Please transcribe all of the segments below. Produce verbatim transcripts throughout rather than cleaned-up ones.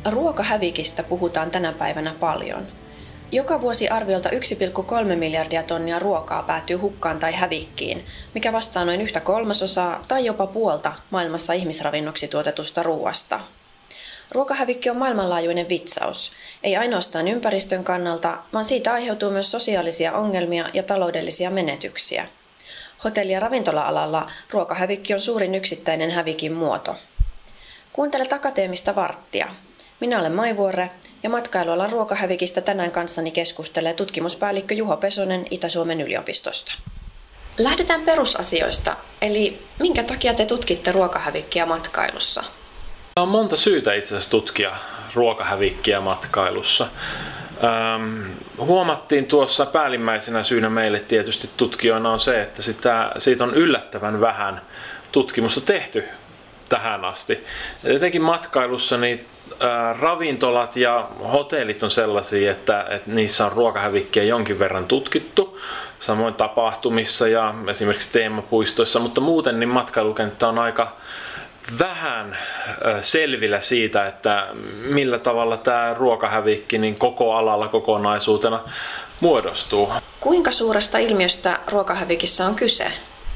Ruokahävikistä puhutaan tänä päivänä paljon. Joka vuosi arviolta yksi pilkku kolme miljardia tonnia ruokaa päätyy hukkaan tai hävikkiin, mikä vastaa noin yhtä kolmasosaa tai jopa puolta maailmassa ihmisravinnoksi tuotetusta ruoasta. Ruokahävikki on maailmanlaajuinen vitsaus, ei ainoastaan ympäristön kannalta, vaan siitä aiheutuu myös sosiaalisia ongelmia ja taloudellisia menetyksiä. Hotelli- ja ravintola-alalla ruokahävikki on suurin yksittäinen hävikin muoto. Kuuntele Akateemista varttia. Minä olen Mai Vuore ja matkailualan ruokahävikistä tänään kanssani keskustelee tutkimuspäällikkö Juho Pesonen Itä-Suomen yliopistosta. Lähdetään perusasioista, eli minkä takia te tutkitte ruokahävikkiä matkailussa? On monta syytä itse asiassa tutkia ruokahävikkiä matkailussa. Ähm, huomattiin tuossa päällimmäisenä syynä meille tietysti tutkijoina on se, että sitä, siitä on yllättävän vähän tutkimusta tehty tähän asti. Etenkin matkailussa niin äh, ravintolat ja hotellit on sellaisia, että, että niissä on ruokahävikkiä jonkin verran tutkittu, samoin tapahtumissa ja esimerkiksi teemapuistoissa, mutta muuten niin matkailukenttä on aika vähän äh, selvillä siitä, että millä tavalla tämä ruokahävikki niin koko alalla kokonaisuutena muodostuu. Kuinka suuresta ilmiöstä ruokahävikissä on kyse?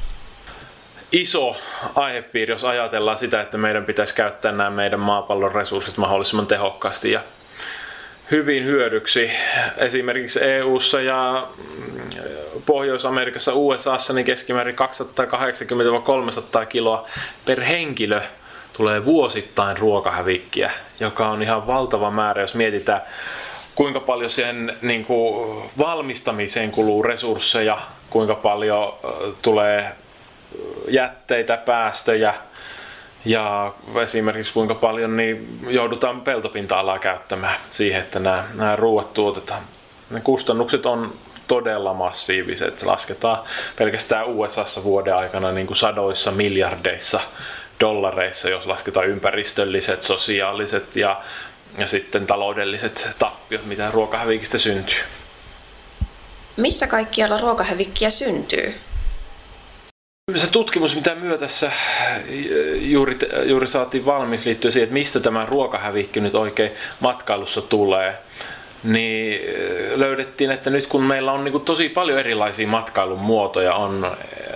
Iso aihepiiri, jos ajatellaan sitä, että meidän pitäisi käyttää nämä meidän maapallon resurssit mahdollisimman tehokkaasti ja hyvin hyödyksi. Esimerkiksi E U:ssa ja Pohjois-Amerikassa, U S A:ssa niin keskimäärin kaksisataakahdeksankymmentä kolmesataa kiloa per henkilö tulee vuosittain ruokahävikkiä, joka on ihan valtava määrä, jos mietitään kuinka paljon sen niin kuin, valmistamiseen kuluu resursseja, kuinka paljon tulee jätteitä, päästöjä ja esimerkiksi kuinka paljon niin joudutaan peltopinta-alaa käyttämään siihen, että nämä, nämä ruuat tuotetaan. Ne kustannukset on todella massiiviset. Se lasketaan pelkästään U S A:ssa vuoden aikana niin kuin sadoissa miljardeissa dollareissa, jos lasketaan ympäristölliset, sosiaaliset ja, ja sitten taloudelliset tappiot, mitä ruokahävikistä syntyy. Missä kaikkialla ruokahävikkiä syntyy? Se tutkimus, mitä myö tässä juuri, juuri saatiin valmiiksi liittyen siihen, että mistä tämä ruokahävikki nyt oikein matkailussa tulee, niin löydettiin, että nyt kun meillä on niin kuin tosi paljon erilaisia matkailun muotoja, on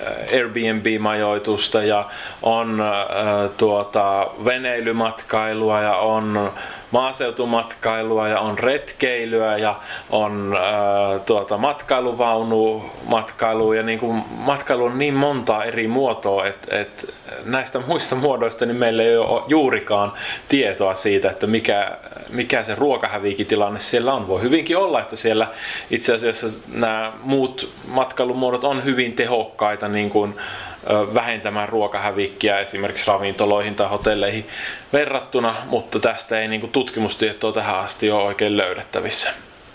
Airbnb-majoitusta ja on äh, tuota, veneilymatkailua ja on maaseutumatkailua ja on retkeilyä ja on äh, tuota, matkailuvaunu-matkailua ja niin kuin matkailu on niin monta eri muotoa, että, että näistä muista muodoista niin meillä ei ole juurikaan tietoa siitä, että mikä, mikä se ruokahävikitilanne siellä on. Voi hyvinkin olla, että siellä itse asiassa nämä muut matkailumuodot on hyvin tehokkaita niin kuin vähentämään ruokahävikkiä esimerkiksi ravintoloihin tai hotelleihin verrattuna, mutta tästä ei niin kuin tutkimustietoa tähän asti ole oikein löydettävissä.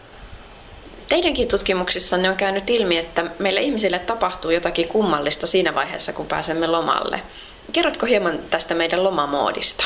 Teidänkin tutkimuksissanne on käynyt ilmi, että meille ihmisille tapahtuu jotakin kummallista siinä vaiheessa, kun pääsemme lomalle. Kerrotko hieman tästä meidän lomamoodista?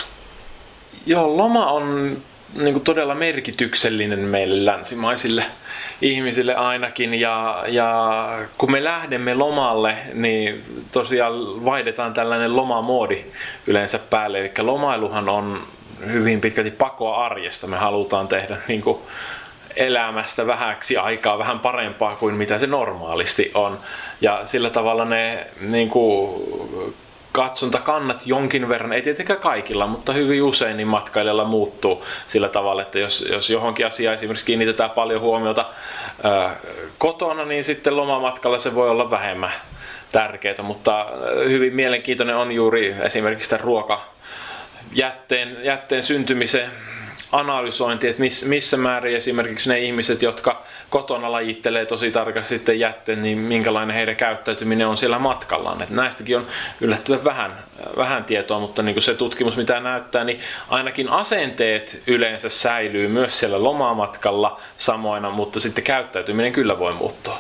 Joo, loma on niin kuin todella merkityksellinen meille länsimaisille ihmisille ainakin ja, ja kun me lähdemme lomalle, niin tosiaan vaihdetaan tällainen lomamoodi yleensä päälle. Eli lomailuhan on hyvin pitkälti pakoa arjesta. Me halutaan tehdä niin kuin elämästä vähäksi aikaa vähän parempaa kuin mitä se normaalisti on. Ja sillä tavalla ne niin kuin katsontakannat jonkin verran, ei tietenkään kaikilla, mutta hyvin usein niin matkailijalla muuttuu sillä tavalla, että jos, jos johonkin asiaan esimerkiksi kiinnitetään paljon huomiota ää, kotona, niin sitten lomamatkalla se voi olla vähemmän tärkeää, mutta hyvin mielenkiintoinen on juuri esimerkiksi tämän ruokajätteen jätteen syntymisen analysointi, että missä määrin esimerkiksi ne ihmiset, jotka kotona lajittelee tosi tarkasti sitten jätteen, niin minkälainen heidän käyttäytyminen on siellä matkallaan. Että näistäkin on yllättävän vähän, vähän tietoa, mutta niin kuin se tutkimus mitä näyttää, niin ainakin asenteet yleensä säilyy myös siellä lomamatkalla samoina, mutta sitten käyttäytyminen kyllä voi muuttua.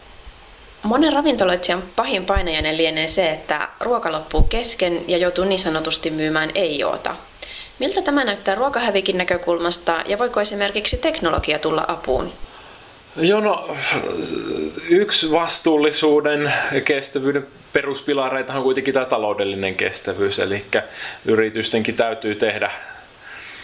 Monen ravintoloitsijan pahin painajainen lienee se, että ruoka loppuu kesken ja joutuu niin sanotusti myymään ei-joota. Miltä tämä näyttää ruokahävikin näkökulmasta ja voiko esimerkiksi teknologia tulla apuun? Joo, no, yksi vastuullisuuden ja kestävyyden peruspilareita on kuitenkin tämä taloudellinen kestävyys, eli yritystenkin täytyy tehdä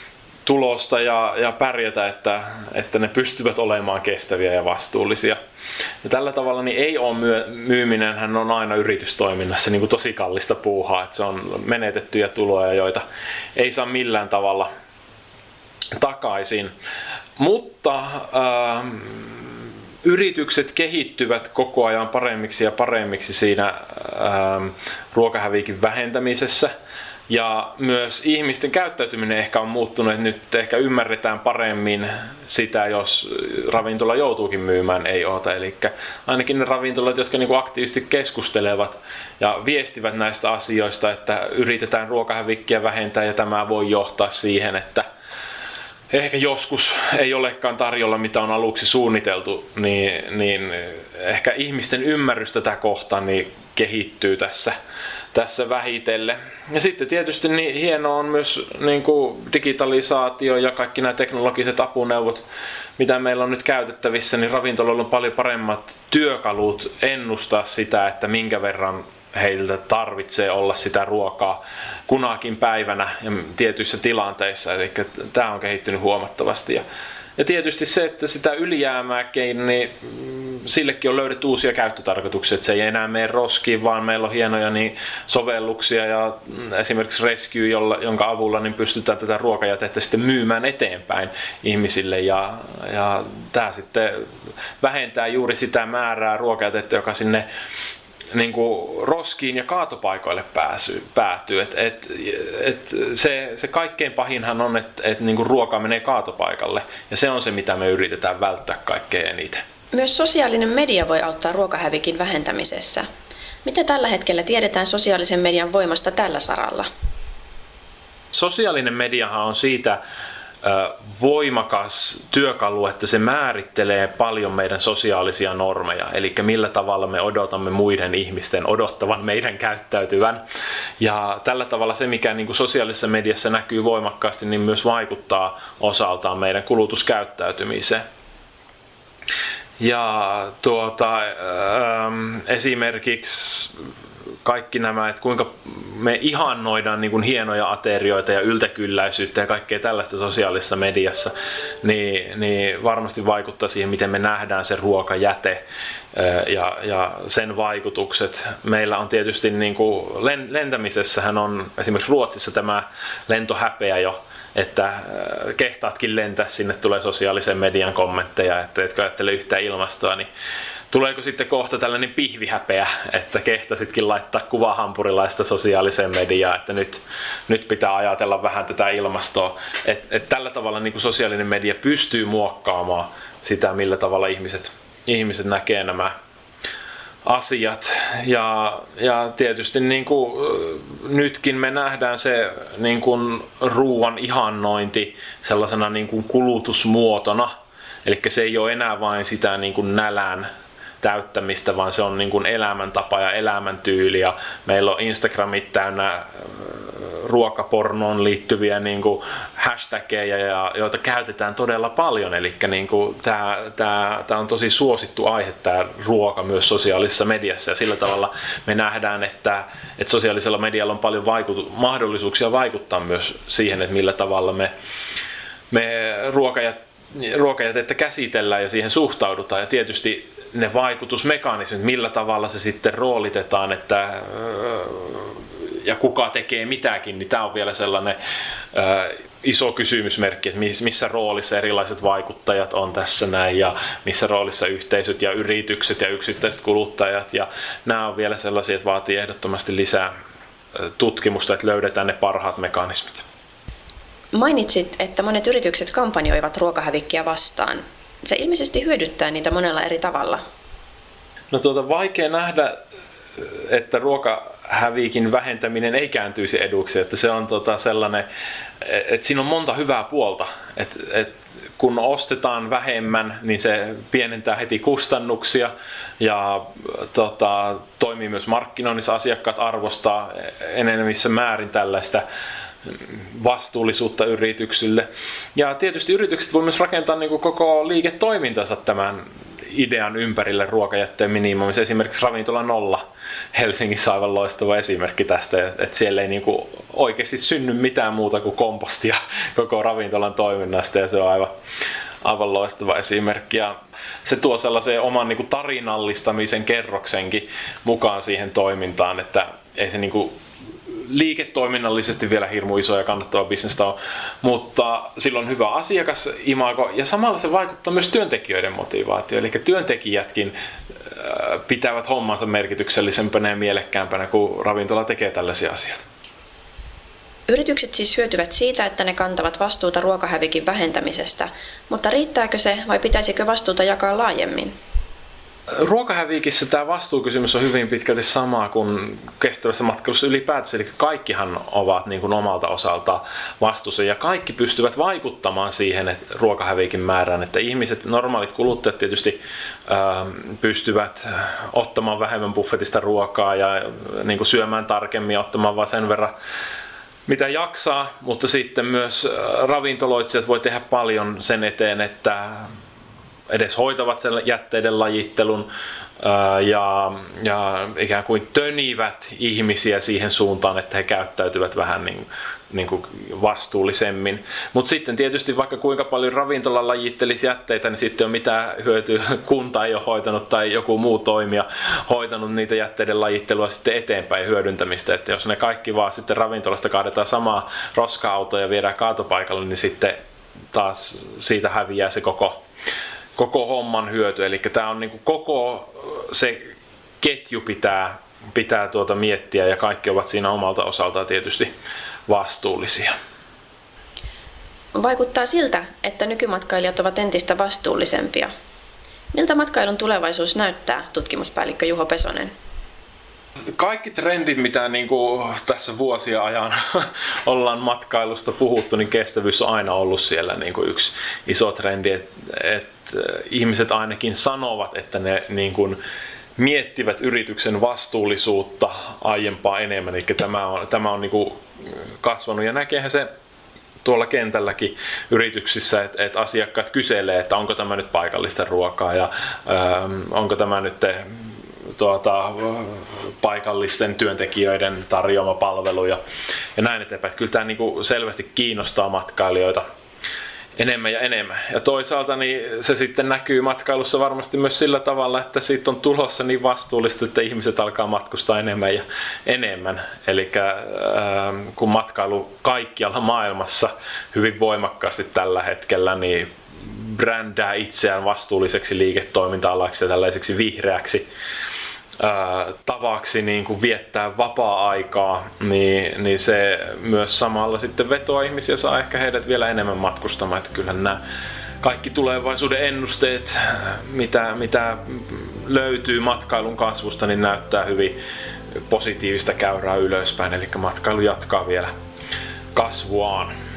tulosta ja, ja pärjätä, että, että ne pystyvät olemaan kestäviä ja vastuullisia. Ja tällä tavalla niin ei ole myy- myyminen, hän on aina yritystoiminnassa niin kuin tosi kallista puuhaa, että se on menetettyjä tuloja, joita ei saa millään tavalla takaisin. Mutta äh, yritykset kehittyvät koko ajan paremmiksi ja paremmiksi siinä äh, ruokahävikin vähentämisessä. Ja myös ihmisten käyttäytyminen ehkä on muuttunut, että nyt ehkä ymmärretään paremmin sitä, jos ravintola joutuukin myymään ei-oota. Eli ainakin ne ravintolat, jotka niinku aktiivisesti keskustelevat ja viestivät näistä asioista, että yritetään ruokahävikkiä vähentää ja tämä voi johtaa siihen, että ehkä joskus ei olekaan tarjolla, mitä on aluksi suunniteltu, niin, niin ehkä ihmisten ymmärrys tätä kohtaan niin kehittyy tässä. tässä vähitellen. Ja sitten tietysti niin hienoa on myös niin kuin digitalisaatio ja kaikki nämä teknologiset apuneuvot, mitä meillä on nyt käytettävissä, niin ravintoloilla on paljon paremmat työkalut ennustaa sitä, että minkä verran heiltä tarvitsee olla sitä ruokaa kunakin päivänä ja tietyissä tilanteissa. Eli tämä on kehittynyt huomattavasti. Ja Ja tietysti se, että sitä ylijäämääkin, niin sillekin on löydetty uusia käyttötarkoituksia, että se ei enää mene roskiin, vaan meillä on hienoja niin sovelluksia ja esimerkiksi Rescue, jolla, jonka avulla niin pystytään tätä ruokajätettä sitten myymään eteenpäin ihmisille ja, ja tämä sitten vähentää juuri sitä määrää ruokajätettä, joka sinne niin kuin roskiin ja kaatopaikoille pääsy, päätyy. Et, et, et se, se kaikkein pahinhan on, että et niin kuin ruoka menee kaatopaikalle ja se on se, mitä me yritetään välttää kaikkein eniten. Myös sosiaalinen media voi auttaa ruokahävikin vähentämisessä. Mitä tällä hetkellä tiedetään sosiaalisen median voimasta tällä saralla? Sosiaalinen mediahan on siitä voimakas työkalu, että se määrittelee paljon meidän sosiaalisia normeja, eli millä tavalla me odotamme muiden ihmisten odottavan meidän käyttäytyvän. Ja tällä tavalla se, mikä niin kuin sosiaalisessa mediassa näkyy voimakkaasti, niin myös vaikuttaa osaltaan meidän kulutuskäyttäytymiseen. Ja tuota, ähm, esimerkiksi kaikki nämä, että kuinka me ihannoidaan niin kuin hienoja aterioita ja yltäkylläisyyttä ja kaikkea tällaista sosiaalisessa mediassa, niin, niin varmasti vaikuttaa siihen, miten me nähdään se ruokajäte ja, ja sen vaikutukset. Meillä on tietysti niin kuin lentämisessähän on esimerkiksi Ruotsissa tämä lentohäpeä jo, että kehtaatkin lentää, sinne tulee sosiaalisen median kommentteja, että etkö ajattele yhtään ilmastoa, niin tuleeko sitten kohta tällainen pihvihäpeä, että kehtasitkin laittaa kuvaa hampurilaista sosiaaliseen mediaan, että nyt, nyt pitää ajatella vähän tätä ilmastoa. Et, et tällä tavalla niin kuin sosiaalinen media pystyy muokkaamaan sitä, millä tavalla ihmiset, ihmiset näkee nämä asiat. Ja, ja tietysti niin kuin, nytkin me nähdään se niin kuin ruuan ihannointi sellaisena niin kuin kulutusmuotona. Eli se ei ole enää vain sitä niin kuin nälän täyttämistä, vaan se on niin kuin elämäntapa ja elämäntyyli. Ja meillä on Instagramit täynnä ruokapornoon liittyviä niin kuin hashtageja, joita käytetään todella paljon. Eli niin kuin tämä, tämä, tämä on tosi suosittu aihe, tämä ruoka myös sosiaalisessa mediassa. Ja sillä tavalla me nähdään, että, että sosiaalisella medialla on paljon vaikutu- mahdollisuuksia vaikuttaa myös siihen, että millä tavalla me, me ruokajat ruokajätettä käsitellään ja siihen suhtaudutaan. Ja tietysti ne vaikutusmekanismit, millä tavalla se sitten roolitetaan, että ja kuka tekee mitäkin, niin tämä on vielä sellainen iso kysymysmerkki, että missä roolissa erilaiset vaikuttajat on tässä näin ja missä roolissa yhteisöt ja yritykset ja yksittäiset kuluttajat. Ja nämä on vielä sellaisia, että vaatii ehdottomasti lisää tutkimusta, että löydetään ne parhaat mekanismit. Mainitsit, että monet yritykset kampanjoivat ruokahävikkiä vastaan. Se ilmeisesti hyödyttää niitä monella eri tavalla. No tuota, vaikea nähdä, että ruokahävikin vähentäminen ei kääntyisi eduksi. Että se on tuota sellainen, että siinä on monta hyvää puolta. Että, että kun ostetaan vähemmän, niin se pienentää heti kustannuksia ja tota, toimii myös markkinoinnissa. Asiakkaat arvostaa enenevissä määrin tällaista vastuullisuutta yrityksille. Ja tietysti yritykset voi myös rakentaa niin kuin koko liiketoimintansa tämän idean ympärille ruokajätteen minimoimisen. Esimerkiksi Ravintola Nolla Helsingissä aivan loistava esimerkki tästä, että siellä ei niinku oikeasti synny mitään muuta kuin kompostia koko ravintolan toiminnasta, ja se on aivan, aivan loistava esimerkki. Ja se tuo sellaisen oman niinku tarinallistamisen kerroksenkin mukaan siihen toimintaan, että ei se niinku liiketoiminnallisesti vielä hirmu iso ja kannattava bisnestä on, mutta sillä on hyvä asiakasimago ja samalla se vaikuttaa myös työntekijöiden motivaatioon. Eli työntekijätkin pitävät hommansa merkityksellisempänä ja mielekkäämpänä, kun ravintola tekee tällaisia asioita. Yritykset siis hyötyvät siitä, että ne kantavat vastuuta ruokahävikin vähentämisestä, mutta riittääkö se vai pitäisikö vastuuta jakaa laajemmin? Ruokahävikissä tämä vastuukysymys on hyvin pitkälti sama kuin kestävässä matkailussa ylipäätänsä, eli kaikkihan ovat niin kuin omalta osalta vastuussa ja kaikki pystyvät vaikuttamaan siihen että ruokahävikin määrään, että ihmiset, normaalit kuluttajat tietysti ää, pystyvät ottamaan vähemmän buffetista ruokaa ja niin kuin syömään tarkemmin ja ottamaan vain sen verran mitä jaksaa, mutta sitten myös ravintoloitsijat voi tehdä paljon sen eteen, että edes hoitavat sen jätteiden lajittelun ää, ja, ja ikään kuin tönivät ihmisiä siihen suuntaan, että he käyttäytyvät vähän niin, niin kuin vastuullisemmin. Mutta sitten tietysti vaikka kuinka paljon ravintola lajittelisi jätteitä, niin sitten on mitään hyötyä, kunta ei ole hoitanut tai joku muu toimija hoitanut niitä jätteiden lajittelua sitten eteenpäin hyödyntämistä. Että jos ne kaikki vaan sitten ravintolasta kaadetaan samaa roska-autoa ja viedään kaatopaikalle, niin sitten taas siitä häviää se koko koko homman hyöty, eli tämä on niinku koko se ketju pitää, pitää tuota miettiä ja kaikki ovat siinä omalta osaltaan tietysti vastuullisia. Vaikuttaa siltä, että nykymatkailijat ovat entistä vastuullisempia. Miltä matkailun tulevaisuus näyttää, tutkimuspäällikkö Juho Pesonen? Kaikki trendit, mitä niin kuin tässä vuosien ajan ollaan matkailusta puhuttu, niin kestävyys on aina ollut siellä niin kuin yksi iso trendi, että et ihmiset ainakin sanovat, että ne niin kuin miettivät yrityksen vastuullisuutta aiempaa enemmän, eli tämä on, tämä on niin kuin kasvanut ja näkeehän se tuolla kentälläkin yrityksissä, että, että asiakkaat kyselee, että onko tämä nyt paikallista ruokaa ja ähm, onko tämä nyt Tuota, paikallisten työntekijöiden tarjoama palvelu ja, ja näin eteenpäin. Kyllä tämä niin kuin selvästi kiinnostaa matkailijoita enemmän ja enemmän. Ja toisaalta niin se sitten näkyy matkailussa varmasti myös sillä tavalla, että siitä on tulossa niin vastuullista, että ihmiset alkaa matkustaa enemmän ja enemmän. Eli äh, kun matkailu kaikkialla maailmassa hyvin voimakkaasti tällä hetkellä, niin brändää itseään vastuulliseksi liiketoiminta-alaksi ja tällaiseksi vihreäksi ää, tavaksi niin kuin viettää vapaa-aikaa, niin, niin se myös samalla sitten vetoaa ihmisiä, saa ehkä heidät vielä enemmän matkustamaan. Että kyllähän nämä kaikki tulevaisuuden ennusteet, mitä, mitä löytyy matkailun kasvusta, niin näyttää hyvin positiivista käyrää ylöspäin, eli matkailu jatkaa vielä kasvuaan.